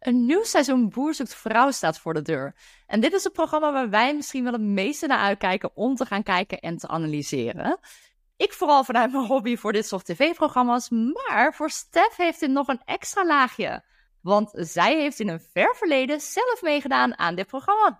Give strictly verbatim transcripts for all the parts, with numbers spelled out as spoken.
Een nieuw seizoen Boer zoekt vrouw staat voor de deur. En dit is het programma waar wij misschien wel het meeste naar uitkijken om te gaan kijken en te analyseren. Ik vooral vanuit mijn hobby voor dit soort tv-programma's, maar voor Stef heeft dit nog een extra laagje. Want zij heeft in een ver verleden zelf meegedaan aan dit programma.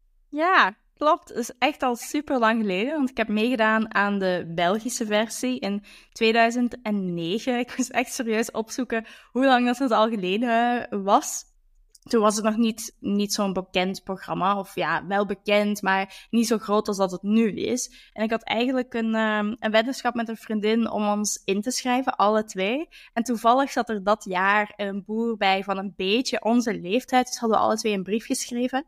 Ja, klopt. Het is echt al super lang geleden, want ik heb meegedaan aan de Belgische versie in tweeduizend negen. Ik moest echt serieus opzoeken hoe lang dat het al geleden was. Toen was het nog niet, niet zo'n bekend programma, of ja, wel bekend, maar niet zo groot als dat het nu is. En ik had eigenlijk een, um, een weddenschap met een vriendin om ons in te schrijven, alle twee. En toevallig zat er dat jaar een boer bij van een beetje onze leeftijd, dus hadden we alle twee een brief geschreven.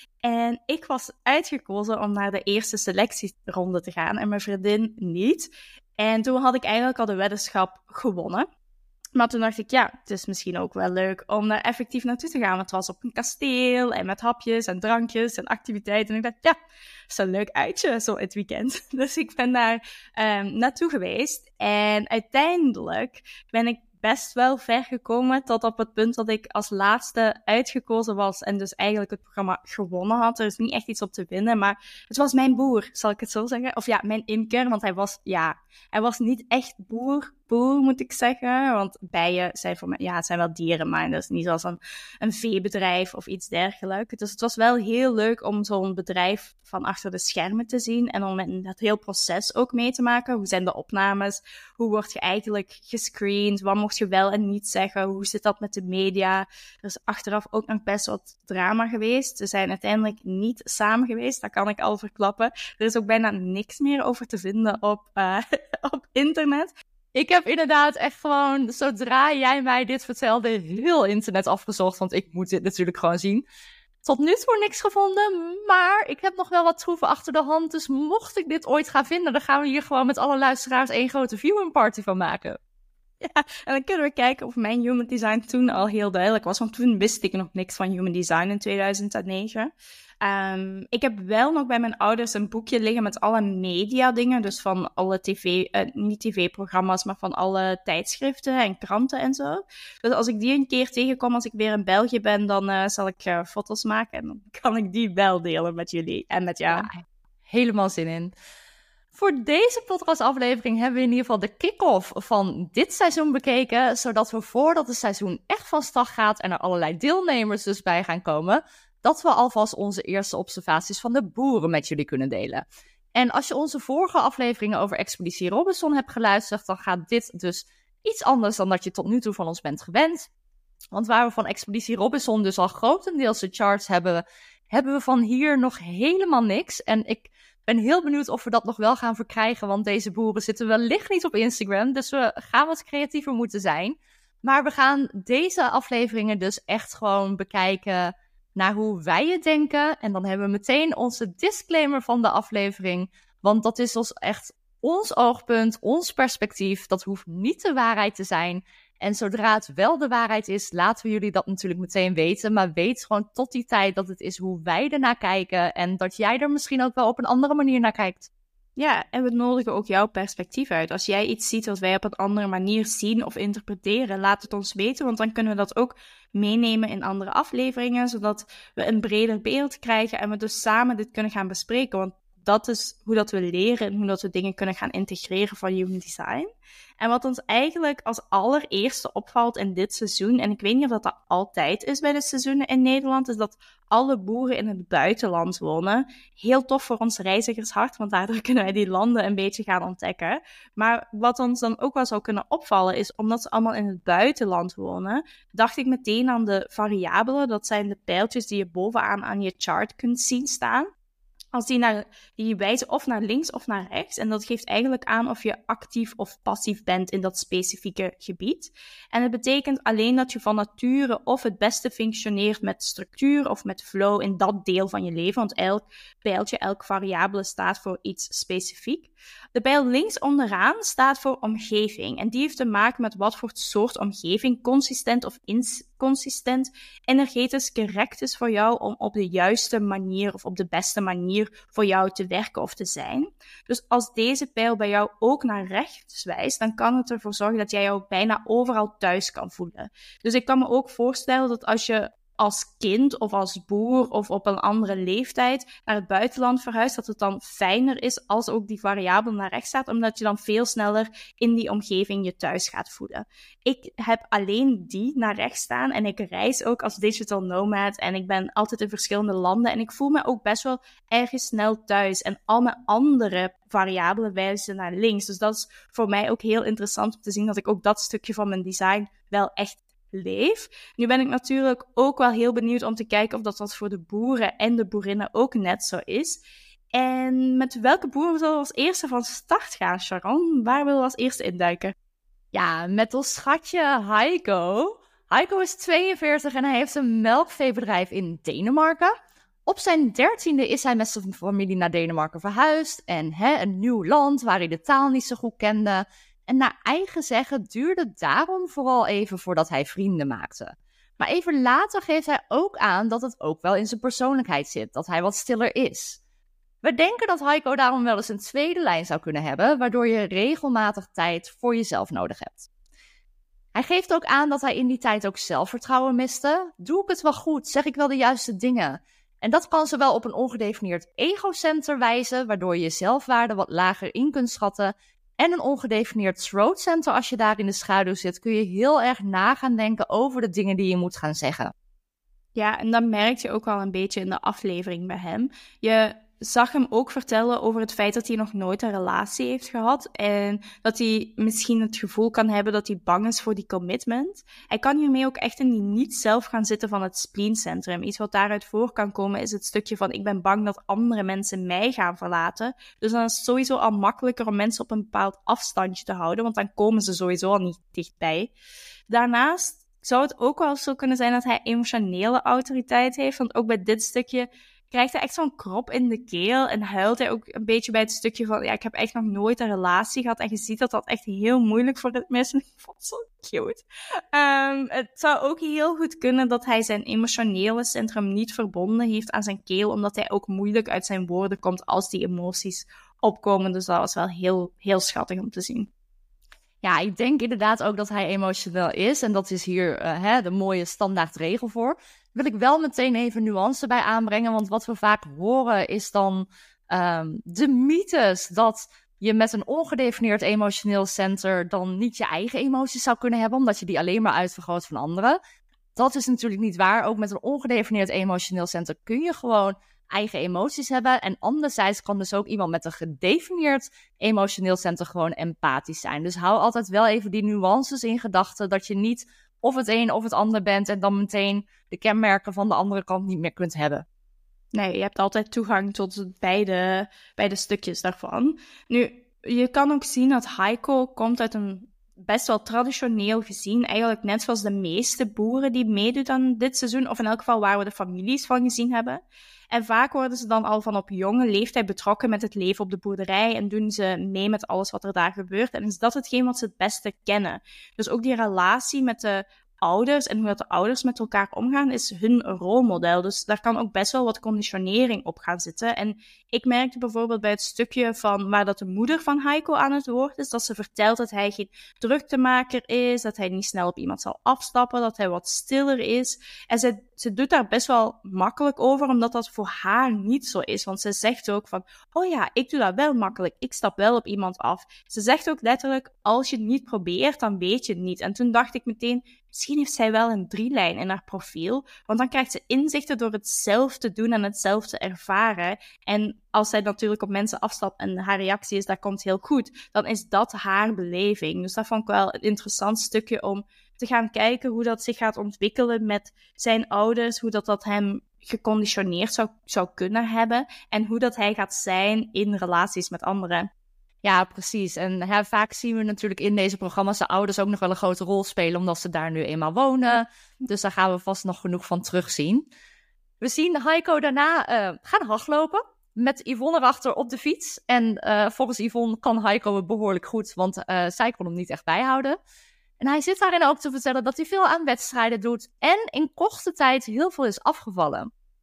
En ik was uitgekozen om naar de eerste selectieronde te gaan en mijn vriendin niet. En toen had ik eigenlijk al de weddenschap gewonnen. Maar toen dacht ik, ja, het is misschien ook wel leuk om daar effectief naartoe te gaan. Want het was op een kasteel en met hapjes en drankjes en activiteiten. En ik dacht, ja, dat is een leuk uitje zo het weekend. Dus ik ben daar um, naartoe geweest. En uiteindelijk ben ik best wel ver gekomen tot op het punt dat ik als laatste uitgekozen was en dus eigenlijk het programma gewonnen had. Er is niet echt iets op te winnen, maar het was mijn boer, zal ik het zo zeggen. Of ja, mijn imker, want hij was, ja, hij was niet echt boer, boer moet ik zeggen. Want bijen zijn voor mij, ja, het zijn wel dieren, maar dat is niet zoals een, een veebedrijf of iets dergelijks. Dus het was wel heel leuk om zo'n bedrijf van achter de schermen te zien en om in dat heel proces ook mee te maken. Hoe zijn de opnames? Hoe word je eigenlijk gescreend? Wat mocht je wel en niet zeggen? Hoe zit dat met de media? Er is achteraf ook nog best wat drama geweest. Ze zijn uiteindelijk niet samen geweest, dat kan ik al verklappen. Er is ook bijna niks meer over te vinden op, uh, op internet. Ik heb inderdaad echt gewoon, zodra jij mij dit vertelde, heel internet afgezocht. Want ik moet dit natuurlijk gewoon zien. Tot nu toe niks gevonden, maar ik heb nog wel wat troeven achter de hand. Dus mocht ik dit ooit gaan vinden, dan gaan we hier gewoon met alle luisteraars één grote viewing party van maken. Ja, en dan kunnen we kijken of mijn human design toen al heel duidelijk was. Want toen wist ik nog niks van human design in tweeduizend negen. Um, ik heb wel nog bij mijn ouders een boekje liggen met alle media dingen. Dus van alle tv, uh, niet tv-programma's, maar van alle tijdschriften en kranten en zo. Dus als ik die een keer tegenkom, als ik weer in België ben, dan uh, zal ik uh, foto's maken. En dan kan ik die wel delen met jullie en met jou. Ja, helemaal zin in. Voor deze podcastaflevering hebben we in ieder geval de kick-off van dit seizoen bekeken, zodat we voordat het seizoen echt van start gaat en er allerlei deelnemers dus bij gaan komen, dat we alvast onze eerste observaties van de boeren met jullie kunnen delen. En als je onze vorige afleveringen over Expeditie Robinson hebt geluisterd, dan gaat dit dus iets anders dan dat je tot nu toe van ons bent gewend. Want waar we van Expeditie Robinson dus al grotendeels de charts hebben, hebben we van hier nog helemaal niks. En ik ben heel benieuwd of we dat nog wel gaan verkrijgen, want deze boeren zitten wellicht niet op Instagram. Dus we gaan wat creatiever moeten zijn. Maar we gaan deze afleveringen dus echt gewoon bekijken naar hoe wij het denken. En dan hebben we meteen onze disclaimer van de aflevering. Want dat is dus echt ons oogpunt, ons perspectief. Dat hoeft niet de waarheid te zijn. En zodra het wel de waarheid is, laten we jullie dat natuurlijk meteen weten. Maar weet gewoon tot die tijd dat het is hoe wij ernaar kijken. En dat jij er misschien ook wel op een andere manier naar kijkt. Ja, en we nodigen ook jouw perspectief uit. Als jij iets ziet wat wij op een andere manier zien of interpreteren, laat het ons weten. Want dan kunnen we dat ook meenemen in andere afleveringen, zodat we een breder beeld krijgen en we dus samen dit kunnen gaan bespreken. Want dat is hoe dat we leren en hoe dat we dingen kunnen gaan integreren van human design. En wat ons eigenlijk als allereerste opvalt in dit seizoen, en ik weet niet of dat, dat altijd is bij de seizoenen in Nederland, is dat alle boeren in het buitenland wonen. Heel tof voor ons reizigershart, want daardoor kunnen wij die landen een beetje gaan ontdekken. Maar wat ons dan ook wel zou kunnen opvallen is, omdat ze allemaal in het buitenland wonen, dacht ik meteen aan de variabelen. Dat zijn de pijltjes die je bovenaan aan je chart kunt zien staan. Als die, naar, die wijzen of naar links of naar rechts. En dat geeft eigenlijk aan of je actief of passief bent in dat specifieke gebied. En het betekent alleen dat je van nature of het beste functioneert met structuur of met flow in dat deel van je leven. Want elk pijltje, elk variabele staat voor iets specifiek. De pijl links onderaan staat voor omgeving. En die heeft te maken met wat voor soort omgeving consistent of inconsistent energetisch correct is voor jou om op de juiste manier of op de beste manier voor jou te werken of te zijn. Dus als deze pijl bij jou ook naar rechts wijst, dan kan het ervoor zorgen dat jij jou bijna overal thuis kan voelen. Dus ik kan me ook voorstellen dat als je als kind of als boer of op een andere leeftijd naar het buitenland verhuist, dat het dan fijner is als ook die variabele naar rechts staat, omdat je dan veel sneller in die omgeving je thuis gaat voelen. Ik heb alleen die naar rechts staan en ik reis ook als digital nomad en ik ben altijd in verschillende landen en ik voel me ook best wel ergens snel thuis. En al mijn andere variabelen wijzen naar links. Dus dat is voor mij ook heel interessant om te zien dat ik ook dat stukje van mijn design wel echt leef. Nu ben ik natuurlijk ook wel heel benieuwd om te kijken of dat, dat voor de boeren en de boerinnen ook net zo is. En met welke boeren zullen we als eerste van start gaan, Sharon? Waar willen we als eerste induiken? Ja, met ons schatje Heiko. Heiko is tweeënveertig en hij heeft een melkveebedrijf in Denemarken. Op zijn dertiende is hij met zijn familie naar Denemarken verhuisd. En hè, een nieuw land waar hij de taal niet zo goed kende. En naar eigen zeggen duurde het daarom vooral even voordat hij vrienden maakte. Maar even later geeft hij ook aan dat het ook wel in zijn persoonlijkheid zit. Dat hij wat stiller is. We denken dat Heiko daarom wel eens een tweede lijn zou kunnen hebben, waardoor je regelmatig tijd voor jezelf nodig hebt. Hij geeft ook aan dat hij in die tijd ook zelfvertrouwen miste. Doe ik het wel goed? Zeg ik wel de juiste dingen? En dat kan zowel op een ongedefinieerd egocenter wijzen, waardoor je je zelfwaarde wat lager in kunt schatten, en een ongedefinieerd throat center, als je daar in de schaduw zit, kun je heel erg na gaan denken over de dingen die je moet gaan zeggen. Ja, en dat merk je ook wel een beetje in de aflevering bij hem. Je zag hem ook vertellen over het feit dat hij nog nooit een relatie heeft gehad en dat hij misschien het gevoel kan hebben dat hij bang is voor die commitment. Hij kan hiermee ook echt in die niet zelf gaan zitten van het spleencentrum. Iets wat daaruit voor kan komen is het stukje van ik ben bang dat andere mensen mij gaan verlaten. Dus dan is het sowieso al makkelijker om mensen op een bepaald afstandje te houden, want dan komen ze sowieso al niet dichtbij. Daarnaast zou het ook wel zo kunnen zijn dat hij emotionele autoriteit heeft, want ook bij dit stukje krijgt hij echt zo'n krop in de keel en huilt hij ook een beetje bij het stukje van, ja, ik heb echt nog nooit een relatie gehad en je ziet dat dat echt heel moeilijk voor dit mensen. Ik vond het zo cute. Um, het zou ook heel goed kunnen dat hij zijn emotionele centrum niet verbonden heeft aan zijn keel, omdat hij ook moeilijk uit zijn woorden komt als die emoties opkomen. Dus dat was wel heel, heel schattig om te zien. Ja, ik denk inderdaad ook dat hij emotioneel is. En dat is hier uh, hè, de mooie standaardregel voor. Wil ik wel meteen even nuance bij aanbrengen. Want wat we vaak horen is dan um, de mythes dat je met een ongedefinieerd emotioneel center dan niet je eigen emoties zou kunnen hebben, omdat je die alleen maar uitvergroot van anderen. Dat is natuurlijk niet waar. Ook met een ongedefinieerd emotioneel center kun je gewoon eigen emoties hebben. En anderzijds kan dus ook iemand met een gedefinieerd emotioneel center gewoon empathisch zijn. Dus hou altijd wel even die nuances in gedachten, dat je niet of het een of het ander bent en dan meteen de kenmerken van de andere kant niet meer kunt hebben. Nee, je hebt altijd toegang tot beide, beide stukjes daarvan. Nu, je kan ook zien dat Heiko komt uit een best wel traditioneel gezien, eigenlijk net zoals de meeste boeren die meedoen aan dit seizoen, of in elk geval waar we de families van gezien hebben. En vaak worden ze dan al van op jonge leeftijd betrokken met het leven op de boerderij en doen ze mee met alles wat er daar gebeurt. En is dat hetgeen wat ze het beste kennen. Dus ook die relatie met de ouders en hoe dat de ouders met elkaar omgaan, is hun rolmodel. Dus daar kan ook best wel wat conditionering op gaan zitten. En ik merkte bijvoorbeeld bij het stukje van waar dat de moeder van Heiko aan het woord is, dat ze vertelt dat hij geen druktemaker is, dat hij niet snel op iemand zal afstappen, dat hij wat stiller is. En ze, ze doet daar best wel makkelijk over, omdat dat voor haar niet zo is. Want ze zegt ook van, oh ja, ik doe dat wel makkelijk, ik stap wel op iemand af. Ze zegt ook letterlijk, als je het niet probeert, dan weet je het niet. En toen dacht ik meteen, misschien heeft zij wel een drielijn in haar profiel, want dan krijgt ze inzichten door het zelf te doen en het zelf te ervaren. En als zij natuurlijk op mensen afstapt en haar reactie is, dat komt heel goed, dan is dat haar beleving. Dus dat vond ik wel een interessant stukje om te gaan kijken hoe dat zich gaat ontwikkelen met zijn ouders, hoe dat, dat hem geconditioneerd zou, zou kunnen hebben en hoe dat hij gaat zijn in relaties met anderen. Ja, precies. En hè, vaak zien we natuurlijk in deze programma's de ouders ook nog wel een grote rol spelen, omdat ze daar nu eenmaal wonen. Dus daar gaan we vast nog genoeg van terugzien. We zien Heiko daarna uh, gaan hardlopen met Yvonne erachter op de fiets. En uh, volgens Yvonne kan Heiko het behoorlijk goed, want uh, zij kon hem niet echt bijhouden. En hij zit daarin ook te vertellen dat hij veel aan wedstrijden doet en in korte tijd heel veel is afgevallen.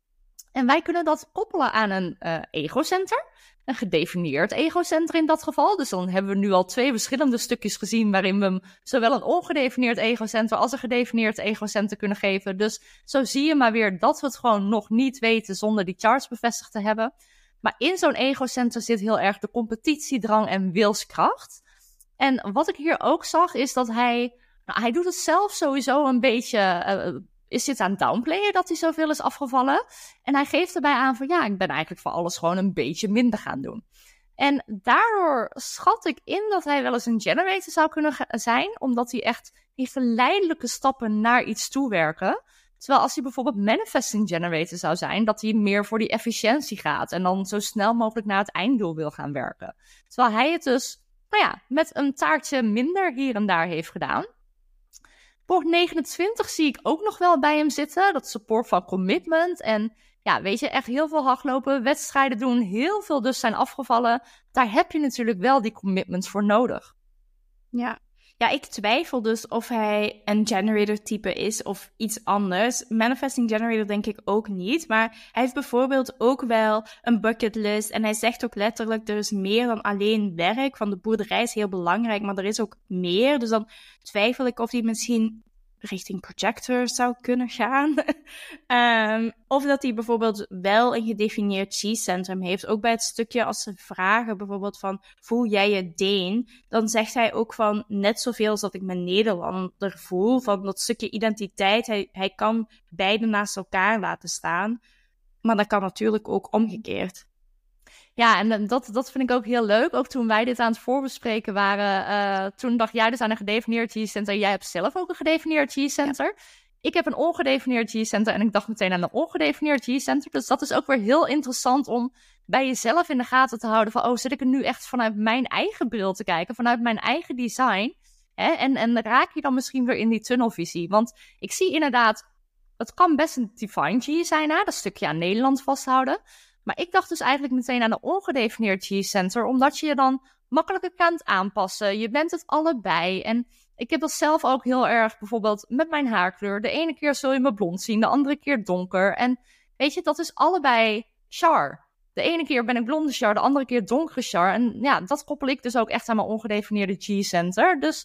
En wij kunnen dat koppelen aan een uh, egocenter. Een gedefinieerd egocenter in dat geval. Dus dan hebben we nu al twee verschillende stukjes gezien waarin we hem zowel een ongedefinieerd egocenter als een gedefinieerd egocenter kunnen geven. Dus zo zie je maar weer dat we het gewoon nog niet weten zonder die charts bevestigd te hebben. Maar in zo'n egocenter zit heel erg de competitiedrang en wilskracht. En wat ik hier ook zag is dat hij, nou, hij doet het zelf sowieso een beetje, uh, is dit aan downplayen dat hij zoveel is afgevallen. En hij geeft erbij aan van ja, ik ben eigenlijk voor alles gewoon een beetje minder gaan doen. En daardoor schat ik in dat hij wel eens een generator zou kunnen zijn, omdat hij echt die geleidelijke stappen naar iets toewerken. Terwijl als hij bijvoorbeeld manifesting generator zou zijn, dat hij meer voor die efficiëntie gaat en dan zo snel mogelijk naar het einddoel wil gaan werken. Terwijl hij het dus, nou ja, met een taartje minder hier en daar heeft gedaan. Poort negenentwintig zie ik ook nog wel bij hem zitten. Dat support van commitment. En ja, weet je, echt heel veel hardlopen, wedstrijden doen, heel veel dus zijn afgevallen. Daar heb je natuurlijk wel die commitments voor nodig. Ja. Ja, ik twijfel dus of hij een generator type is of iets anders. Manifesting generator denk ik ook niet. Maar hij heeft bijvoorbeeld ook wel een bucketlist. En hij zegt ook letterlijk, er is meer dan alleen werk. Van de boerderij is heel belangrijk, maar er is ook meer. Dus dan twijfel ik of hij misschien richting projector zou kunnen gaan. um, of dat hij bijvoorbeeld wel een gedefinieerd G-centrum heeft. Ook bij het stukje als ze vragen bijvoorbeeld van, voel jij je Deen? Dan zegt hij ook van, net zoveel als dat ik me Nederlander voel. Van dat stukje identiteit. Hij, hij kan beide naast elkaar laten staan. Maar dat kan natuurlijk ook omgekeerd. Ja, en dat, dat vind ik ook heel leuk. Ook toen wij dit aan het voorbespreken waren, uh, toen dacht jij dus aan een gedefinieerd G-center. Jij hebt zelf ook een gedefinieerd G-center. Ja. Ik heb een ongedefinieerd G-center en ik dacht meteen aan een ongedefinieerd G-center. Dus dat is ook weer heel interessant om bij jezelf in de gaten te houden van, oh, zit ik er nu echt vanuit mijn eigen bril te kijken, vanuit mijn eigen design? Hè? En, en raak je dan misschien weer in die tunnelvisie? Want ik zie inderdaad, het kan best een Divine G zijn, hè? Dat stukje aan Nederland vasthouden. Maar ik dacht dus eigenlijk meteen aan een ongedefinieerd G-center, omdat je je dan makkelijker kan aanpassen. Je bent het allebei. En ik heb dat zelf ook heel erg, bijvoorbeeld met mijn haarkleur. De ene keer zul je me blond zien, de andere keer donker. En weet je, dat is allebei char. De ene keer ben ik blonde char, de andere keer donkere char. En ja, dat koppel ik dus ook echt aan mijn ongedefinieerde G-center. Dus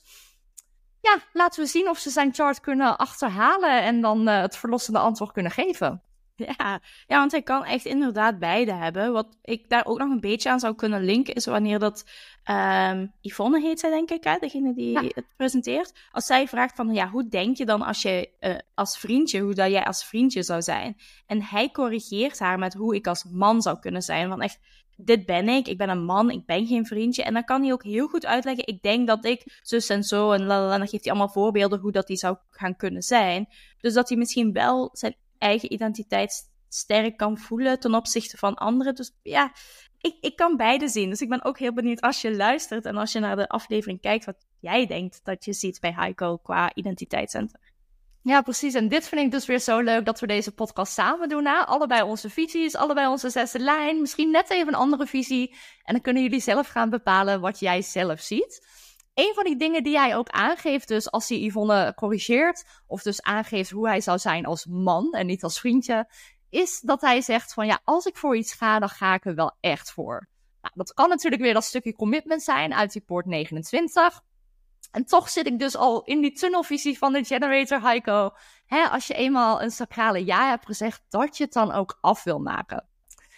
ja, laten we zien of ze zijn chart kunnen achterhalen en dan uh, het verlossende antwoord kunnen geven. Ja, ja, want hij kan echt inderdaad beide hebben. Wat ik daar ook nog een beetje aan zou kunnen linken is wanneer dat um, Yvonne heet zij, denk ik, hè? Degene die ja. het presenteert. Als zij vraagt van, ja, hoe denk je dan als je uh, als vriendje, hoe dat jij als vriendje zou zijn? En hij corrigeert haar met hoe ik als man zou kunnen zijn. Want echt, dit ben ik, ik ben een man, ik ben geen vriendje. En dan kan hij ook heel goed uitleggen, ik denk dat ik zus en zo, en lalala, en dan geeft hij allemaal voorbeelden hoe dat hij zou gaan kunnen zijn. Dus dat hij misschien wel zijn eigen identiteit sterk kan voelen ten opzichte van anderen. Dus ja, ik, ik kan beide zien. Dus ik ben ook heel benieuwd als je luistert en als je naar de aflevering kijkt, wat jij denkt dat je ziet bij Heiko qua identiteitscenter. Ja, precies. En dit vind ik dus weer zo leuk dat we deze podcast samen doen. Hè? Allebei onze visies, allebei onze zesde lijn. Misschien net even een andere visie. En dan kunnen jullie zelf gaan bepalen wat jij zelf ziet. Een van die dingen die hij ook aangeeft, dus als hij Yvonne corrigeert, of dus aangeeft hoe hij zou zijn als man en niet als vriendje, is dat hij zegt van ja, als ik voor iets ga, dan ga ik er wel echt voor. Nou, dat kan natuurlijk weer dat stukje commitment zijn uit die poort negenentwintig. En toch zit ik dus al in die tunnelvisie van de generator Heiko. Hè, als je eenmaal een sacrale ja hebt gezegd, dat je het dan ook af wil maken.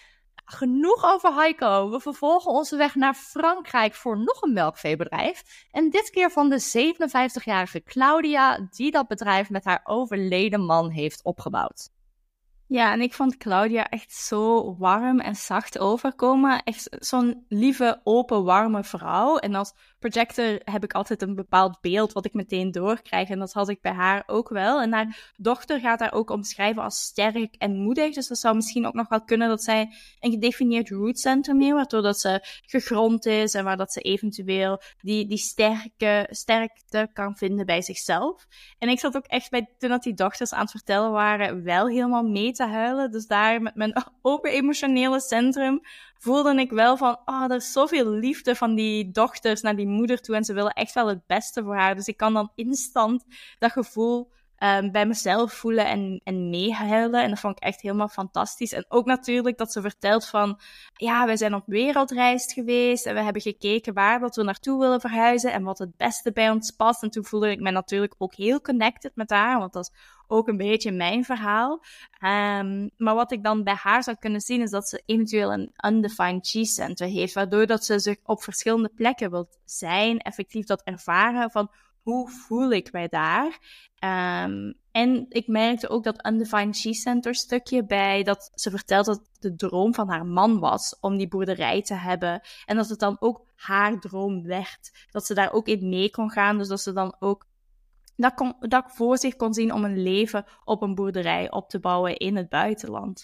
Genoeg over Heiko. We vervolgen onze weg naar Frankrijk voor nog een melkveebedrijf. En dit keer van de zevenenvijftigjarige Claudia, die dat bedrijf met haar overleden man heeft opgebouwd. Ja, en ik vond Claudia echt zo warm en zacht overkomen. Echt zo'n lieve, open, warme vrouw. En als projector heb ik altijd een bepaald beeld wat ik meteen doorkrijg. En dat had ik bij haar ook wel. En haar dochter gaat haar ook omschrijven als sterk en moedig. Dus dat zou misschien ook nog wel kunnen dat zij een gedefinieerd rootcentrum heeft, waardoor dat ze gegrond is en waar dat ze eventueel die, die sterke, sterkte kan vinden bij zichzelf. En ik zat ook echt bij, toen dat die dochters aan het vertellen waren, wel helemaal mee te huilen. Dus daar met mijn open emotionele centrum voelde ik wel van, oh, er is zoveel liefde van die dochters naar die moeder toe en ze willen echt wel het beste voor haar. Dus ik kan dan instant dat gevoel um, bij mezelf voelen en, en meehuilen. En dat vond ik echt helemaal fantastisch. En ook natuurlijk dat ze vertelt van, ja, wij zijn op wereldreis geweest en we hebben gekeken waar dat we naartoe willen verhuizen en wat het beste bij ons past. En toen voelde ik me natuurlijk ook heel connected met haar, want dat is ook een beetje mijn verhaal. Um, maar wat ik dan bij haar zou kunnen zien, is dat ze eventueel een undefined G-center heeft, waardoor dat ze zich op verschillende plekken wil zijn, effectief dat ervaren van, hoe voel ik mij daar? Um, en ik merkte ook dat undefined G-center stukje bij dat ze vertelt dat het de droom van haar man was om die boerderij te hebben. En dat het dan ook haar droom werd. Dat ze daar ook in mee kon gaan. Dus dat ze dan ook dat, kon, dat voor zich kon zien om een leven op een boerderij op te bouwen in het buitenland.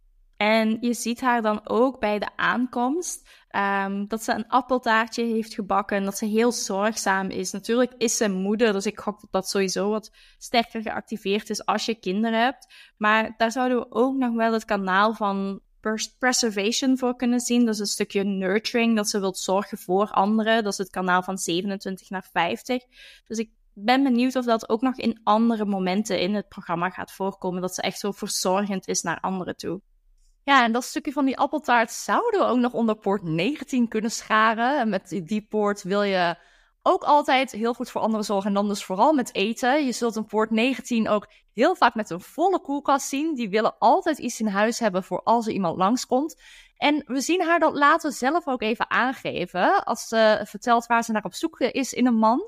En je ziet haar dan ook bij de aankomst, um, dat ze een appeltaartje heeft gebakken, dat ze heel zorgzaam is. Natuurlijk is ze moeder, dus ik gok dat dat sowieso wat sterker geactiveerd is als je kinderen hebt. Maar daar zouden we ook nog wel het kanaal van preservation voor kunnen zien. Dat is een stukje nurturing, dat ze wilt zorgen voor anderen. Dat is het kanaal van zevenentwintig naar vijftig. Dus ik ben benieuwd of dat ook nog in andere momenten in het programma gaat voorkomen, dat ze echt zo verzorgend is naar anderen toe. Ja, en dat stukje van die appeltaart zouden we ook nog onder poort negentien kunnen scharen. En met die poort wil je ook altijd heel goed voor anderen zorgen. En dan dus vooral met eten. Je zult een poort negentien ook heel vaak met een volle koelkast zien. Die willen altijd iets in huis hebben voor als er iemand langskomt. En we zien haar dat later zelf ook even aangeven. Als ze vertelt waar ze naar op zoek is in een man.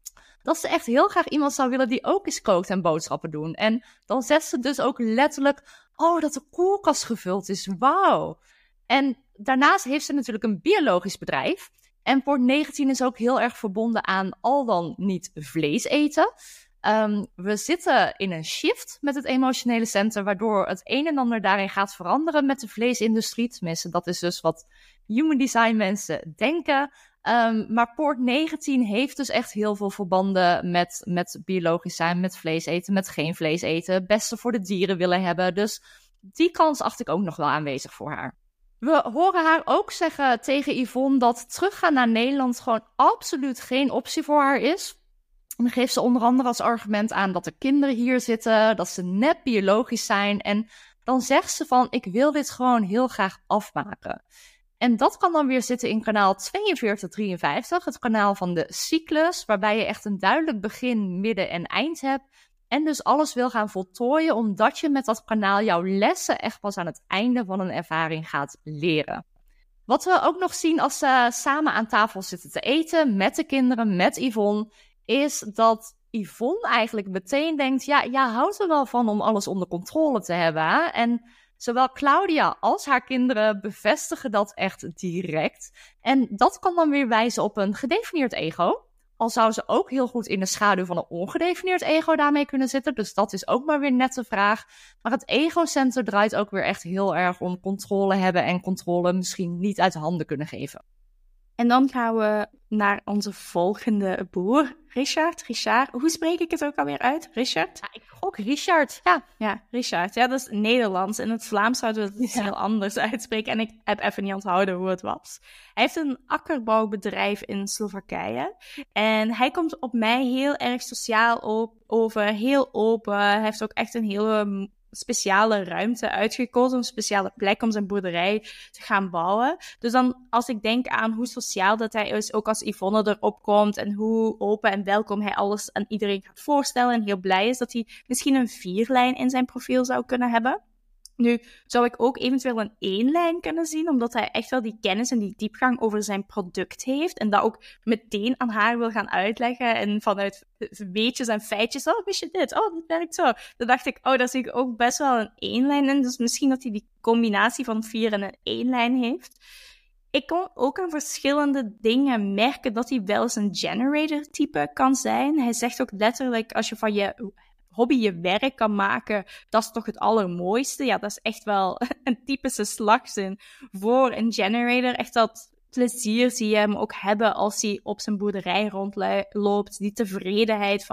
Dat ze echt heel graag iemand zou willen die ook eens kookt en boodschappen doen. En dan zegt ze dus ook letterlijk, oh, dat de koelkast gevuld is, wauw. En daarnaast heeft ze natuurlijk een biologisch bedrijf. En poort negentien is ook heel erg verbonden aan al dan niet vlees eten. Um, we zitten in een shift met het emotionele center, waardoor het een en ander daarin gaat veranderen met de vleesindustrie. Tenminste, dat is dus wat human design mensen denken. Um, maar poort negentien heeft dus echt heel veel verbanden met, met biologisch zijn, met vlees eten, met geen vlees eten, het beste voor de dieren willen hebben. Dus die kans acht ik ook nog wel aanwezig voor haar. We horen haar ook zeggen tegen Yvonne dat teruggaan naar Nederland gewoon absoluut geen optie voor haar is. En dan geeft ze onder andere als argument aan dat er kinderen hier zitten, dat ze net biologisch zijn. En dan zegt ze van, ik wil dit gewoon heel graag afmaken. En dat kan dan weer zitten in kanaal tweeënveertig drieënvijftig, het kanaal van de cyclus, waarbij je echt een duidelijk begin, midden en eind hebt. En dus alles wil gaan voltooien, omdat je met dat kanaal jouw lessen echt pas aan het einde van een ervaring gaat leren. Wat we ook nog zien als ze samen aan tafel zitten te eten met de kinderen, met Yvonne, is dat Yvonne eigenlijk meteen denkt, ja, jij houdt er wel van om alles onder controle te hebben. Hè? En zowel Claudia als haar kinderen bevestigen dat echt direct. En dat kan dan weer wijzen op een gedefinieerd ego. Al zou ze ook heel goed in de schaduw van een ongedefinieerd ego daarmee kunnen zitten. Dus dat is ook maar weer net de vraag. Maar het egocenter draait ook weer echt heel erg om controle hebben en controle misschien niet uit de handen kunnen geven. En dan gaan we naar onze volgende boer, Richard. Richard, hoe spreek ik het ook alweer uit? Richard? Ja, ik ook Richard, ja. Ja, Richard. Ja, dat is Nederlands. In het Vlaams zouden we het ja. heel anders uitspreken. En ik heb even niet onthouden hoe het was. Hij heeft een akkerbouwbedrijf in Slowakije. En hij komt op mij heel erg sociaal op, over, heel open. Hij heeft ook echt een hele speciale ruimte uitgekozen, een speciale plek om zijn boerderij te gaan bouwen. Dus dan, als ik denk aan hoe sociaal dat hij is, ook als Yvonne erop komt en hoe open en welkom hij alles aan iedereen gaat voorstellen en heel blij is dat hij misschien een vierlijn in zijn profiel zou kunnen hebben. Nu zou ik ook eventueel een één-lijn kunnen zien, omdat hij echt wel die kennis en die diepgang over zijn product heeft en dat ook meteen aan haar wil gaan uitleggen en vanuit weetjes en feitjes, oh, wist je dit? Oh, dit werkt zo. Dan dacht ik, oh, daar zie ik ook best wel een één-lijn in, dus misschien dat hij die combinatie van vier en een één-lijn heeft. Ik kon ook aan verschillende dingen merken dat hij wel eens een generator-type kan zijn. Hij zegt ook letterlijk, als je van je hobby je werk kan maken, dat is toch het allermooiste. Ja, dat is echt wel een typische slagzin voor een generator. Echt dat plezier zie je hem ook hebben als hij op zijn boerderij rondloopt. Die tevredenheid van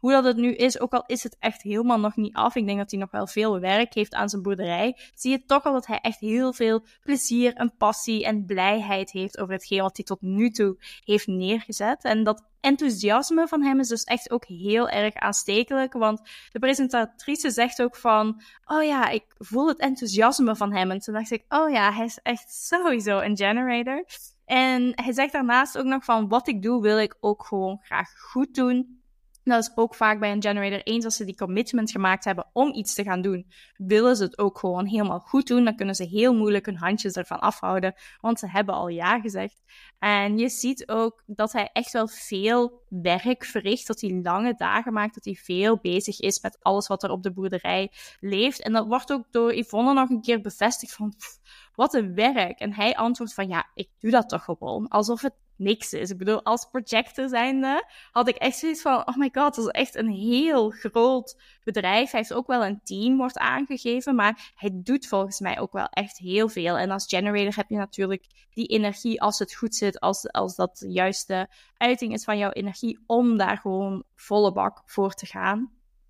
hoe dat het nu is, ook al is het echt helemaal nog niet af, ik denk dat hij nog wel veel werk heeft aan zijn boerderij, zie je toch al dat hij echt heel veel plezier en passie en blijheid heeft over hetgeen wat hij tot nu toe heeft neergezet. En dat enthousiasme van hem is dus echt ook heel erg aanstekelijk, want de presentatrice zegt ook van, oh ja, ik voel het enthousiasme van hem. En toen dacht ik, oh ja, hij is echt sowieso een generator. En hij zegt daarnaast ook nog van, wat ik doe, wil ik ook gewoon graag goed doen. Dat is ook vaak bij een generator. Eens als ze die commitment gemaakt hebben om iets te gaan doen, willen ze het ook gewoon helemaal goed doen. Dan kunnen ze heel moeilijk hun handjes ervan afhouden, want ze hebben al ja gezegd. En je ziet ook dat hij echt wel veel werk verricht, dat hij lange dagen maakt, dat hij veel bezig is met alles wat er op de boerderij leeft. En dat wordt ook door Yvonne nog een keer bevestigd van, pff, wat een werk. En hij antwoordt van, ja, ik doe dat toch gewoon, alsof het niks is. Ik bedoel, als projector zijnde had ik echt zoiets van, oh my god, dat is echt een heel groot bedrijf. Hij heeft ook wel een team, wordt aangegeven, maar hij doet volgens mij ook wel echt heel veel. En als generator heb je natuurlijk die energie, als het goed zit, als, als dat de juiste uiting is van jouw energie, om daar gewoon volle bak voor te gaan.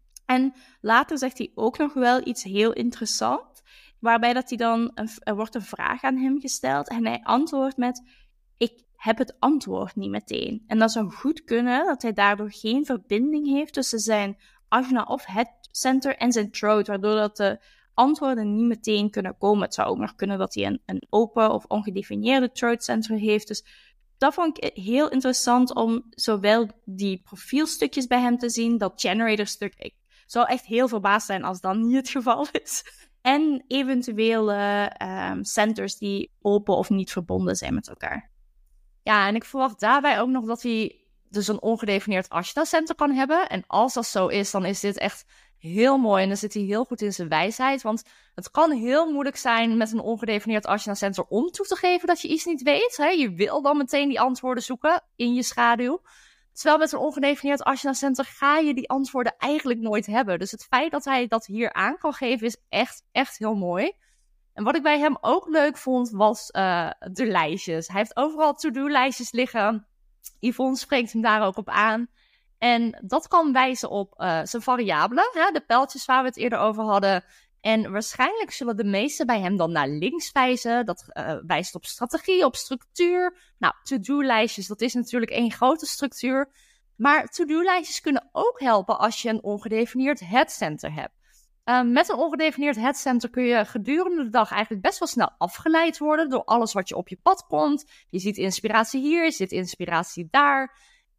En later zegt hij ook nog wel iets heel interessants, waarbij dat hij dan, een, er wordt een vraag aan hem gesteld en hij antwoordt met, ik heb het antwoord niet meteen. En dat zou goed kunnen dat hij daardoor geen verbinding heeft tussen zijn ajna of head center en zijn throat, waardoor dat de antwoorden niet meteen kunnen komen. Het zou ook nog kunnen dat hij een, een open of ongedefinieerde throat center heeft. Dus dat vond ik heel interessant om zowel die profielstukjes bij hem te zien, dat generator stuk. Ik zou echt heel verbaasd zijn als dat niet het geval is. En eventuele um, centers die open of niet verbonden zijn met elkaar. Ja, en ik verwacht daarbij ook nog dat hij dus een ongedefinieerd Ashna-center kan hebben. En als dat zo is, dan is dit echt heel mooi. En dan zit hij heel goed in zijn wijsheid. Want het kan heel moeilijk zijn met een ongedefinieerd Ashna-center om toe te geven dat je iets niet weet. Hè? Je wil dan meteen die antwoorden zoeken in je schaduw. Terwijl met een ongedefinieerd Ashna-center ga je die antwoorden eigenlijk nooit hebben. Dus het feit dat hij dat hier aan kan geven is echt, echt heel mooi. En wat ik bij hem ook leuk vond, was uh, de lijstjes. Hij heeft overal to-do-lijstjes liggen. Yvonne spreekt hem daar ook op aan. En dat kan wijzen op uh, zijn variabelen, hè? De pijltjes waar we het eerder over hadden. En waarschijnlijk zullen de meeste bij hem dan naar links wijzen. Dat uh, wijst op strategie, op structuur. Nou, to-do-lijstjes, dat is natuurlijk één grote structuur. Maar to-do-lijstjes kunnen ook helpen als je een ongedefinieerd headcenter hebt. Uh, met een ongedefinieerd headcenter kun je gedurende de dag eigenlijk best wel snel afgeleid worden door alles wat je op je pad komt. Je ziet inspiratie hier, je ziet inspiratie daar.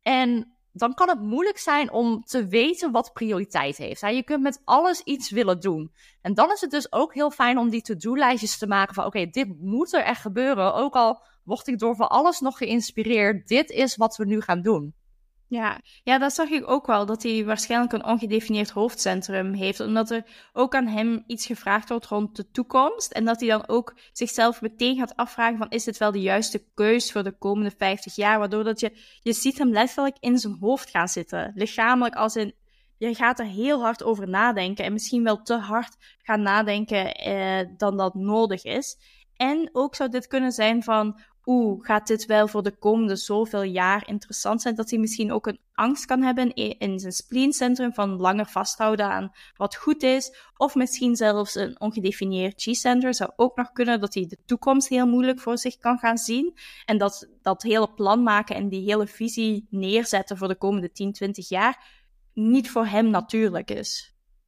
En dan kan het moeilijk zijn om te weten wat prioriteit heeft. Ja, je kunt met alles iets willen doen. En dan is het dus ook heel fijn om die to-do-lijstjes te maken van oké, okay, dit moet er echt gebeuren. Ook al word ik door van alles nog geïnspireerd. Dit is wat we nu gaan doen. Ja, ja, dat zag ik ook wel, dat hij waarschijnlijk een ongedefinieerd hoofdcentrum heeft, omdat er ook aan hem iets gevraagd wordt rond de toekomst en dat hij dan ook zichzelf meteen gaat afvragen van is dit wel de juiste keus voor de komende vijftig jaar, waardoor dat je, je ziet hem letterlijk in zijn hoofd gaan zitten, lichamelijk als in, je gaat er heel hard over nadenken en misschien wel te hard gaan nadenken eh, dan dat nodig is. En ook zou dit kunnen zijn van, oeh, gaat dit wel voor de komende zoveel jaar interessant zijn, dat hij misschien ook een angst kan hebben in zijn spleen-centrum van langer vasthouden aan wat goed is, of misschien zelfs een ongedefinieerd G-center zou ook nog kunnen, dat hij de toekomst heel moeilijk voor zich kan gaan zien, en dat dat hele plan maken en die hele visie neerzetten voor de komende tien, twintig jaar niet voor hem natuurlijk is.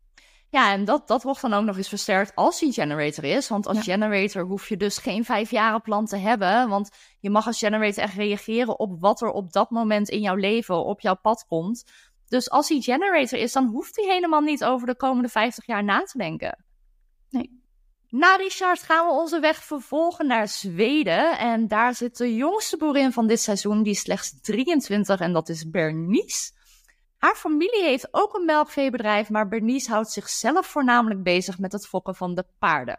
Ja, en dat, dat wordt dan ook nog eens versterkt als hij generator is. Want als Ja. generator hoef je dus geen vijfjarenplan te hebben. Want je mag als generator echt reageren op wat er op dat moment in jouw leven op jouw pad komt. Dus als hij generator is, dan hoeft hij helemaal niet over de komende vijftig jaar na te denken. Nee. Na Richard gaan we onze weg vervolgen naar Zweden. En daar zit de jongste boerin van dit seizoen, die is slechts drieëntwintig en dat is Bernice. Haar familie heeft ook een melkveebedrijf, maar Bernice houdt zichzelf voornamelijk bezig met het fokken van de paarden.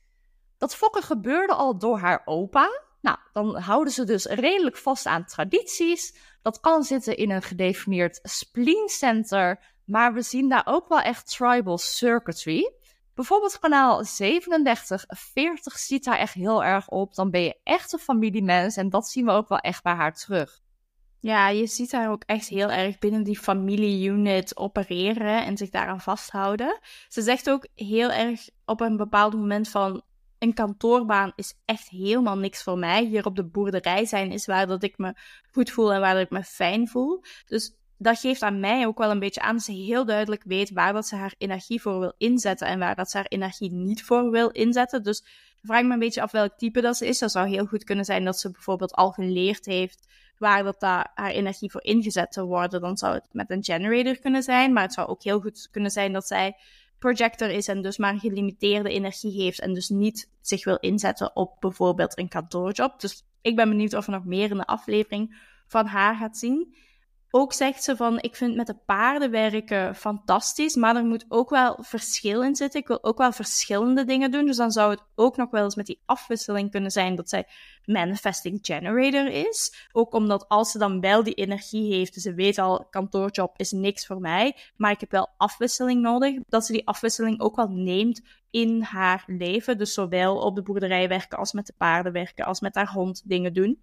Dat fokken gebeurde al door haar opa. Nou, dan houden ze dus redelijk vast aan tradities. Dat kan zitten in een gedefinieerd spleen-center, maar we zien daar ook wel echt tribal circuitry. Bijvoorbeeld kanaal zevenendertig veertig ziet daar echt heel erg op. Dan ben je echt een familiemens en dat zien we ook wel echt bij haar terug. Ja, je ziet haar ook echt heel erg binnen die familie-unit opereren en zich daaraan vasthouden. Ze zegt ook heel erg op een bepaald moment van, een kantoorbaan is echt helemaal niks voor mij. Hier op de boerderij zijn is waar dat ik me goed voel en waar dat ik me fijn voel. Dus dat geeft aan mij ook wel een beetje aan dat ze heel duidelijk weet waar dat ze haar energie voor wil inzetten en waar dat ze haar energie niet voor wil inzetten. Dus vraag me een beetje af welk type dat ze is. Dat zou heel goed kunnen zijn dat ze bijvoorbeeld al geleerd heeft waar dat daar haar energie voor ingezet te worden. Dan zou het met een generator kunnen zijn, maar het zou ook heel goed kunnen zijn dat zij projector is en dus maar gelimiteerde energie heeft en dus niet zich wil inzetten op bijvoorbeeld een kantoorjob. Dus ik ben benieuwd of er nog meer in de aflevering van haar gaat zien. Ook zegt ze van, ik vind met de paarden werken fantastisch, maar er moet ook wel verschil in zitten. Ik wil ook wel verschillende dingen doen. Dus dan zou het ook nog wel eens met die afwisseling kunnen zijn dat zij manifesting generator is. Ook omdat als ze dan wel die energie heeft, dus ze weet al, kantoorjob is niks voor mij, maar ik heb wel afwisseling nodig, dat ze die afwisseling ook wel neemt in haar leven. Dus zowel op de boerderij werken als met de paarden werken, als met haar hond dingen doen.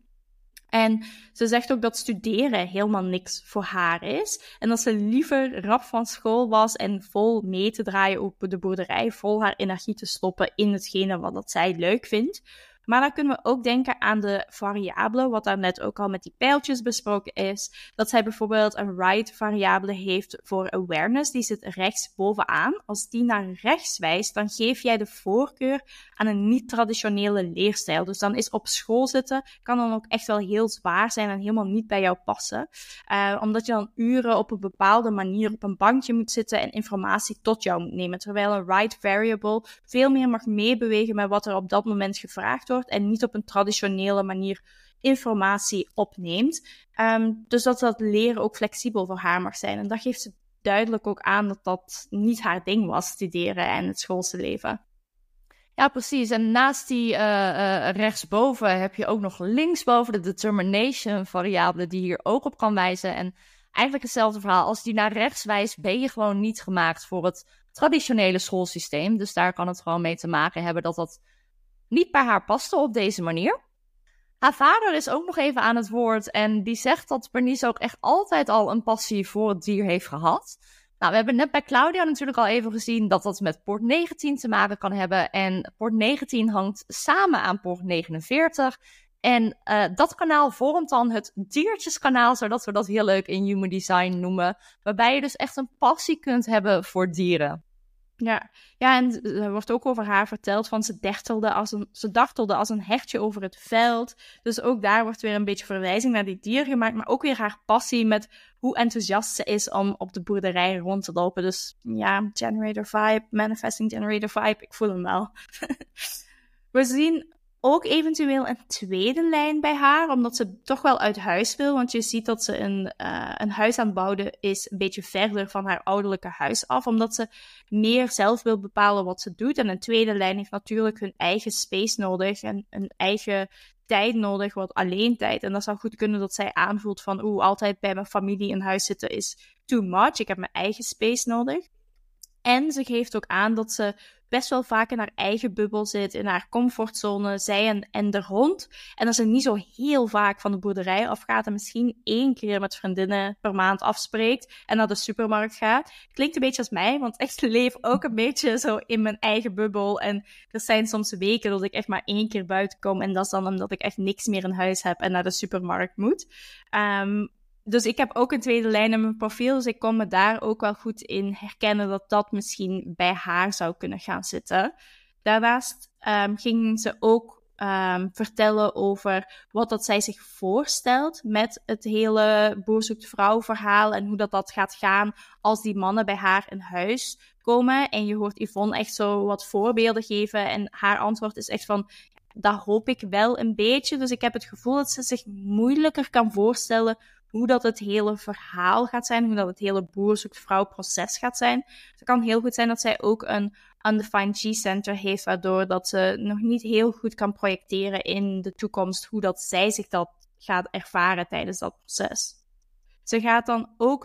En ze zegt ook dat studeren helemaal niks voor haar is. En dat ze liever rap van school was en vol mee te draaien op de boerderij. Vol haar energie te stoppen in hetgene wat dat zij leuk vindt. Maar dan kunnen we ook denken aan de variabelen, wat daar net ook al met die pijltjes besproken is. Dat zij bijvoorbeeld een right-variabele heeft voor awareness, die zit rechts bovenaan. Als die naar rechts wijst, dan geef jij de voorkeur aan een niet-traditionele leerstijl. Dus dan is op school zitten, kan dan ook echt wel heel zwaar zijn en helemaal niet bij jou passen. Uh, omdat je dan uren op een bepaalde manier op een bankje moet zitten en informatie tot jou moet nemen. Terwijl een right variable veel meer mag meebewegen met wat er op dat moment gevraagd wordt. En niet op een traditionele manier informatie opneemt. Um, dus dat dat leren ook flexibel voor haar mag zijn. En dat geeft ze duidelijk ook aan dat dat niet haar ding was, studeren en het schoolse leven. Ja, precies. En naast die uh, uh, rechtsboven heb je ook nog linksboven de determination variabele die hier ook op kan wijzen. En eigenlijk hetzelfde verhaal. Als die naar rechts wijst, ben je gewoon niet gemaakt voor het traditionele schoolsysteem. Dus daar kan het gewoon mee te maken hebben dat dat niet bij haar paste op deze manier. Haar vader is ook nog even aan het woord en die zegt dat Bernice ook echt altijd al een passie voor het dier heeft gehad. Nou, we hebben net bij Claudia natuurlijk al even gezien dat dat met poort negentien te maken kan hebben. En poort negentien hangt samen aan poort negenenveertig. En uh, dat kanaal vormt dan het diertjeskanaal, zodat we dat heel leuk in Human Design noemen. Waarbij je dus echt een passie kunt hebben voor dieren. Ja. ja, en er wordt ook over haar verteld van ze dartelde als een, ze dartelde als een hertje over het veld. Dus ook daar wordt weer een beetje verwijzing naar die dier gemaakt, maar ook weer haar passie met hoe enthousiast ze is om op de boerderij rond te lopen. Dus ja, generator vibe, manifesting generator vibe, ik voel hem wel. We zien ook eventueel een tweede lijn bij haar, omdat ze toch wel uit huis wil. Want je ziet dat ze een, uh, een huis aan het bouwen is, een beetje verder van haar ouderlijke huis af. Omdat ze meer zelf wil bepalen wat ze doet. En een tweede lijn heeft natuurlijk hun eigen space nodig en een eigen tijd nodig, wat alleen tijd. En dat zou goed kunnen dat zij aanvoelt van, oeh, altijd bij mijn familie in huis zitten is too much. Ik heb mijn eigen space nodig. En ze geeft ook aan dat ze best wel vaak in haar eigen bubbel zit, in haar comfortzone, zij en, en de hond. En dat ze niet zo heel vaak van de boerderij afgaat en misschien één keer met vriendinnen per maand afspreekt en naar de supermarkt gaat. Klinkt een beetje als mij, want ik leef ook een beetje zo in mijn eigen bubbel. En er zijn soms weken dat ik echt maar één keer buiten kom en dat is dan omdat ik echt niks meer in huis heb en naar de supermarkt moet. Um, Dus ik heb ook een tweede lijn in mijn profiel, dus ik kon me daar ook wel goed in herkennen dat dat misschien bij haar zou kunnen gaan zitten. Daarnaast um, ging ze ook um, vertellen over wat dat zij zich voorstelt met het hele Boer zoekt vrouw verhaal en hoe dat, dat gaat gaan als die mannen bij haar in huis komen. En je hoort Yvonne echt zo wat voorbeelden geven en haar antwoord is echt van, dat hoop ik wel een beetje. Dus ik heb het gevoel dat ze zich moeilijker kan voorstellen hoe dat het hele verhaal gaat zijn, hoe dat het hele Boer zoekt vrouw proces gaat zijn. Het kan heel goed zijn dat zij ook een undefined G-center heeft, waardoor dat ze nog niet heel goed kan projecteren in de toekomst hoe dat zij zich dat gaat ervaren tijdens dat proces. Ze gaat dan ook nog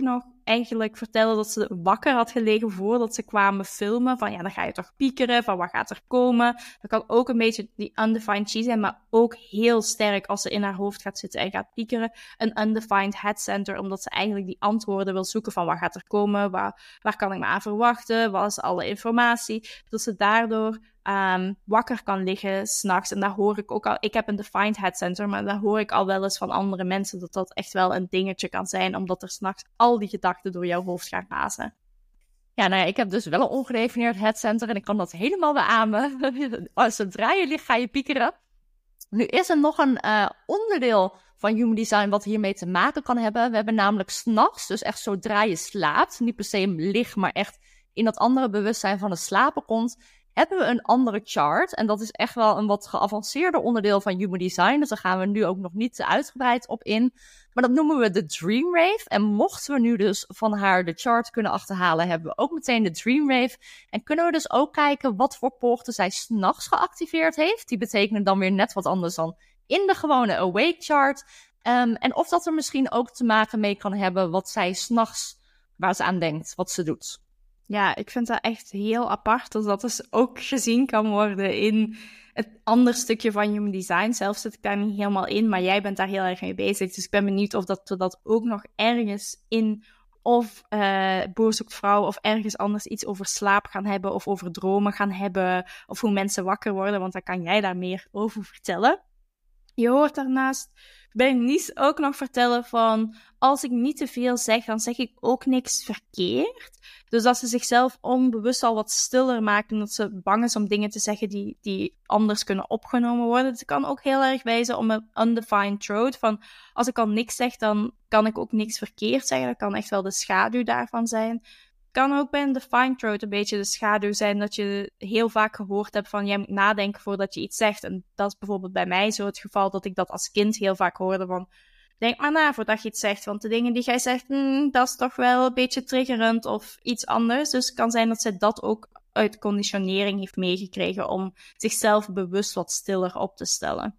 eigenlijk vertellen dat ze wakker had gelegen voordat ze kwamen filmen. Van ja, dan ga je toch piekeren, van wat gaat er komen. Dat kan ook een beetje die undefined she zijn, maar ook heel sterk als ze in haar hoofd gaat zitten en gaat piekeren. Een undefined head center, omdat ze eigenlijk die antwoorden wil zoeken van wat gaat er komen, waar, waar kan ik me aan verwachten, wat is alle informatie. Dat ze daardoor um, wakker kan liggen 's nachts. En daar hoor ik ook al, ik heb een defined head center, maar daar hoor ik al wel eens van andere mensen dat dat echt wel een dingetje kan zijn, omdat er 's nachts al die gedachten door jouw hoofd gaan razen. Ja, nou ja, ik heb dus wel een ongedefinieerd headcenter en ik kan dat helemaal beamen. Zodra je ligt, ga je piekeren. Nu is er nog een uh, onderdeel van human design wat hiermee te maken kan hebben. We hebben namelijk 's nachts, dus echt zodra je slaapt, niet per se ligt, maar echt in dat andere bewustzijn van het slapen komt, hebben we een andere chart. En dat is echt wel een wat geavanceerder onderdeel van human design. Dus daar gaan we nu ook nog niet te uitgebreid op in. Maar dat noemen we de Dreamwave. En mochten we nu dus van haar de chart kunnen achterhalen, hebben we ook meteen de Dreamwave. En kunnen we dus ook kijken wat voor poorten zij 's nachts geactiveerd heeft. Die betekenen dan weer net wat anders dan in de gewone awake chart. Um, en of dat er misschien ook te maken mee kan hebben wat zij 's nachts, waar ze aan denkt, wat ze doet. Ja, ik vind dat echt heel apart, dat dat dus ook gezien kan worden in het andere stukje van human design. Zelf zit ik daar niet helemaal in, maar jij bent daar heel erg mee bezig. Dus ik ben benieuwd of dat we dat ook nog ergens in, of uh, Boer zoekt vrouw, of ergens anders iets over slaap gaan hebben, of over dromen gaan hebben, of hoe mensen wakker worden, want dan kan jij daar meer over vertellen. Je hoort daarnaast Bernice ook nog vertellen van, als ik niet te veel zeg, dan zeg ik ook niks verkeerd. Dus dat ze zichzelf onbewust al wat stiller maakt en dat ze bang is om dingen te zeggen die, die anders kunnen opgenomen worden. Het kan ook heel erg wijzen om een undefined throat, van als ik al niks zeg, dan kan ik ook niks verkeerd zeggen. Dat kan echt wel de schaduw daarvan zijn. Kan ook bij een defined throat een beetje de schaduw zijn dat je heel vaak gehoord hebt van jij moet nadenken voordat je iets zegt. En dat is bijvoorbeeld bij mij zo het geval dat ik dat als kind heel vaak hoorde van denk maar na voordat je iets zegt, want de dingen die jij zegt, hmm, dat is toch wel een beetje triggerend of iets anders. Dus het kan zijn dat zij dat ook uit conditionering heeft meegekregen om zichzelf bewust wat stiller op te stellen.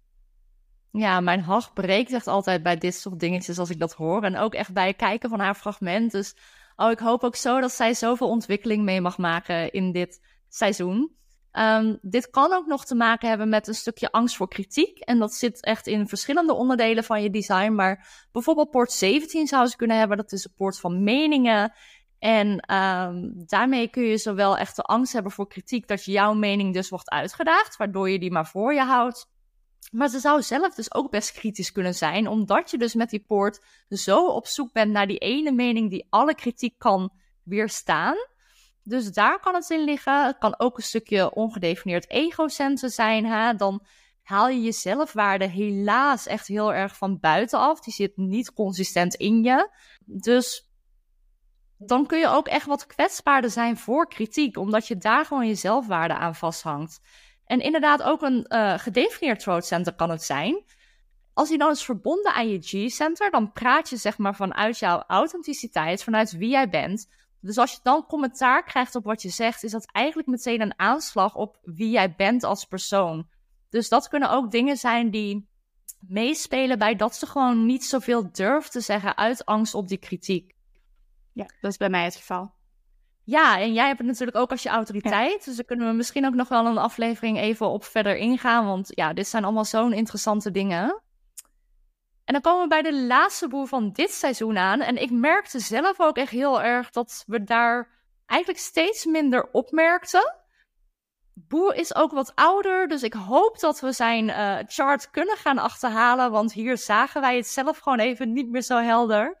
Ja, mijn hart breekt echt altijd bij dit soort dingetjes als ik dat hoor. En ook echt bij het kijken van haar fragment. Dus oh, ik hoop ook zo dat zij zoveel ontwikkeling mee mag maken in dit seizoen. Um, dit kan ook nog te maken hebben met een stukje angst voor kritiek. En dat zit echt in verschillende onderdelen van je design. Maar bijvoorbeeld poort zeventien zou ze kunnen hebben. Dat is een poort van meningen. En um, daarmee kun je zowel echt de angst hebben voor kritiek, dat jouw mening dus wordt uitgedaagd, waardoor je die maar voor je houdt. Maar ze zou zelf dus ook best kritisch kunnen zijn, omdat je dus met die poort zo op zoek bent naar die ene mening die alle kritiek kan weerstaan. Dus daar kan het in liggen. Het kan ook een stukje ongedefinieerd egocentrum zijn. Hè? Dan haal je je zelfwaarde helaas echt heel erg van buitenaf. Die zit niet consistent in je. Dus dan kun je ook echt wat kwetsbaarder zijn voor kritiek, omdat je daar gewoon je zelfwaarde aan vasthangt. En inderdaad ook een uh, gedefinieerd throat center kan het zijn. Als je dan is verbonden aan je G-center, dan praat je zeg maar vanuit jouw authenticiteit, vanuit wie jij bent. Dus als je dan commentaar krijgt op wat je zegt, is dat eigenlijk meteen een aanslag op wie jij bent als persoon. Dus dat kunnen ook dingen zijn die meespelen bij dat ze gewoon niet zoveel durft te zeggen uit angst op die kritiek. Ja, dat is bij mij het geval. Ja, en jij hebt het natuurlijk ook als je autoriteit. Ja. Dus daar kunnen we misschien ook nog wel een aflevering even op verder ingaan. Want ja, dit zijn allemaal zo'n interessante dingen. En dan komen we bij de laatste boer van dit seizoen aan. En ik merkte zelf ook echt heel erg dat we daar eigenlijk steeds minder opmerkten. Boer is ook wat ouder, dus ik hoop dat we zijn uh, chart kunnen gaan achterhalen. Want hier zagen wij het zelf gewoon even niet meer zo helder.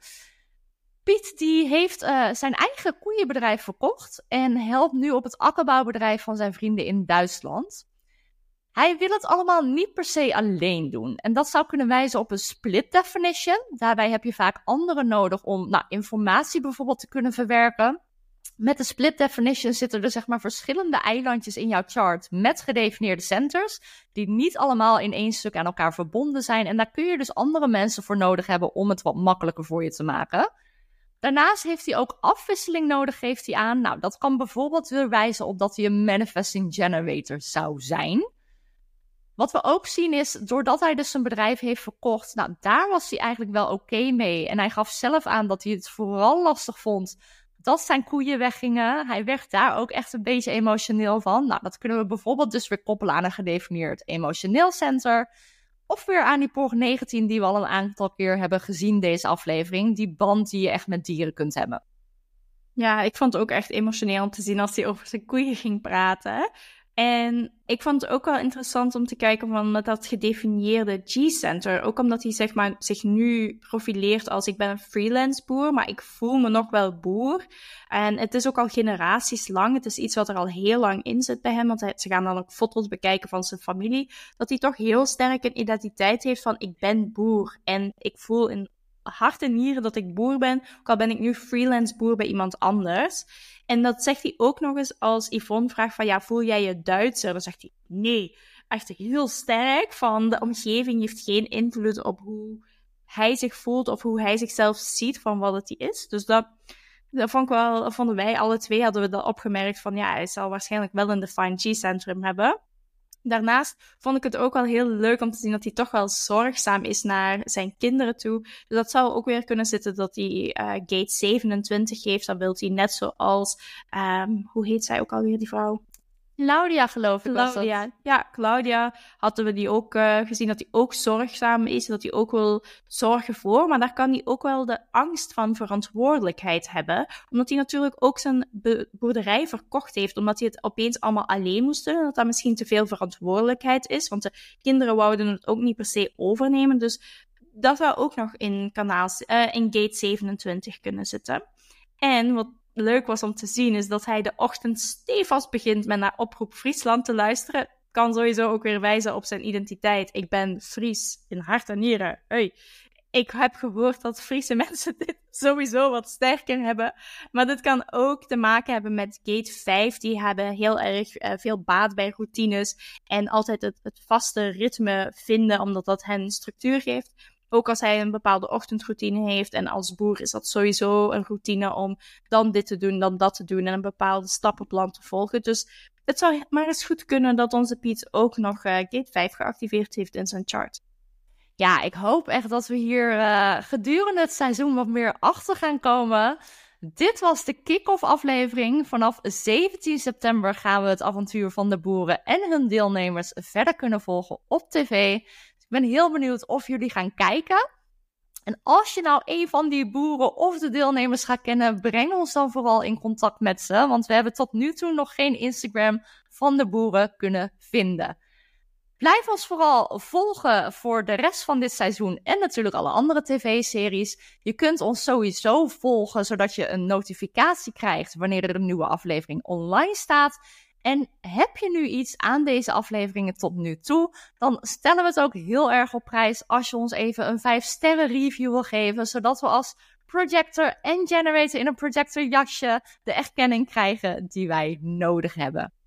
Piet die heeft uh, zijn eigen koeienbedrijf verkocht en helpt nu op het akkerbouwbedrijf van zijn vrienden in Duitsland. Hij wil het allemaal niet per se alleen doen. En dat zou kunnen wijzen op een split definition. Daarbij heb je vaak anderen nodig om nou, informatie bijvoorbeeld te kunnen verwerken. Met de split definition zitten er zeg maar verschillende eilandjes in jouw chart met gedefinieerde centers, die niet allemaal in één stuk aan elkaar verbonden zijn. En daar kun je dus andere mensen voor nodig hebben om het wat makkelijker voor je te maken. Daarnaast heeft hij ook afwisseling nodig, geeft hij aan. Nou, dat kan bijvoorbeeld weer wijzen op dat hij een manifesting generator zou zijn. Wat we ook zien is, doordat hij dus zijn bedrijf heeft verkocht, nou, daar was hij eigenlijk wel oké okay mee. En hij gaf zelf aan dat hij het vooral lastig vond dat zijn koeien weggingen. Hij werd daar ook echt een beetje emotioneel van. Nou, dat kunnen we bijvoorbeeld dus weer koppelen aan een gedefinieerd emotioneel center. Of weer aan die P O R negentien die we al een aantal keer hebben gezien deze aflevering. Die band die je echt met dieren kunt hebben. Ja, ik vond het ook echt emotioneel om te zien als hij over zijn koeien ging praten. En ik vond het ook wel interessant om te kijken van met dat gedefinieerde G-center. Ook omdat hij zeg maar, zich nu profileert als ik ben een freelance boer, maar ik voel me nog wel boer. En het is ook al generaties lang. Het is iets wat er al heel lang in zit bij hem. Want hij, ze gaan dan ook foto's bekijken van zijn familie. Dat hij toch heel sterk een identiteit heeft van ik ben boer. En ik voel in hart en nieren dat ik boer ben. Ook al ben ik nu freelance boer bij iemand anders. En dat zegt hij ook nog eens als Yvonne vraagt van ja, voel jij je Duitser? Dan zegt hij nee, echt heel sterk van de omgeving heeft geen invloed op hoe hij zich voelt of hoe hij zichzelf ziet van wat het hij is. Dus dat, dat vond ik wel, vonden wij alle twee hadden we dat opgemerkt van ja, hij zal waarschijnlijk wel een defined G-centrum hebben. Daarnaast vond ik het ook wel heel leuk om te zien dat hij toch wel zorgzaam is naar zijn kinderen toe. Dus dat zou ook weer kunnen zitten dat hij uh, gate zevenentwintig geeft. Dan wil hij net zoals, um, hoe heet zij ook alweer die vrouw? Claudia geloof ik was Claudia. dat. Ja, Claudia hadden we die ook uh, gezien dat hij ook zorgzaam is. Dat hij ook wil zorgen voor. Maar daar kan hij ook wel de angst van verantwoordelijkheid hebben. Omdat hij natuurlijk ook zijn be- boerderij verkocht heeft. Omdat hij het opeens allemaal alleen moest doen. En dat dat misschien te veel verantwoordelijkheid is. Want de kinderen wouden het ook niet per se overnemen. Dus dat zou ook nog in, kanaal, uh, in gate zevenentwintig kunnen zitten. En wat leuk was om te zien, is dat hij de ochtend stevast begint met naar Oproep Friesland te luisteren. Kan sowieso ook weer wijzen op zijn identiteit. Ik ben Fries in hart en nieren. Hey. Ik heb gehoord dat Friese mensen dit sowieso wat sterker hebben. Maar dit kan ook te maken hebben met gate vijf. Die hebben heel erg uh, veel baat bij routines. En altijd het, het vaste ritme vinden, omdat dat hen structuur geeft. Ook als hij een bepaalde ochtendroutine heeft. En als boer is dat sowieso een routine om dan dit te doen, dan dat te doen. En een bepaalde stappenplan te volgen. Dus het zou maar eens goed kunnen dat onze Piet ook nog uh, gate vijf geactiveerd heeft in zijn chart. Ja, ik hoop echt dat we hier uh, gedurende het seizoen wat meer achter gaan komen. Dit was de kick-off aflevering. Vanaf zeventien september gaan we het avontuur van de boeren en hun deelnemers verder kunnen volgen op tv. Ik ben heel benieuwd of jullie gaan kijken. En als je nou een van die boeren of de deelnemers gaat kennen, breng ons dan vooral in contact met ze. Want we hebben tot nu toe nog geen Instagram van de boeren kunnen vinden. Blijf ons vooral volgen voor de rest van dit seizoen en natuurlijk alle andere tv-series. Je kunt ons sowieso volgen, zodat je een notificatie krijgt wanneer er een nieuwe aflevering online staat. En heb je nu iets aan deze afleveringen tot nu toe, dan stellen we het ook heel erg op prijs als je ons even een vijf sterren review wil geven, zodat we als projector en generator in een projector jasje de erkenning krijgen die wij nodig hebben.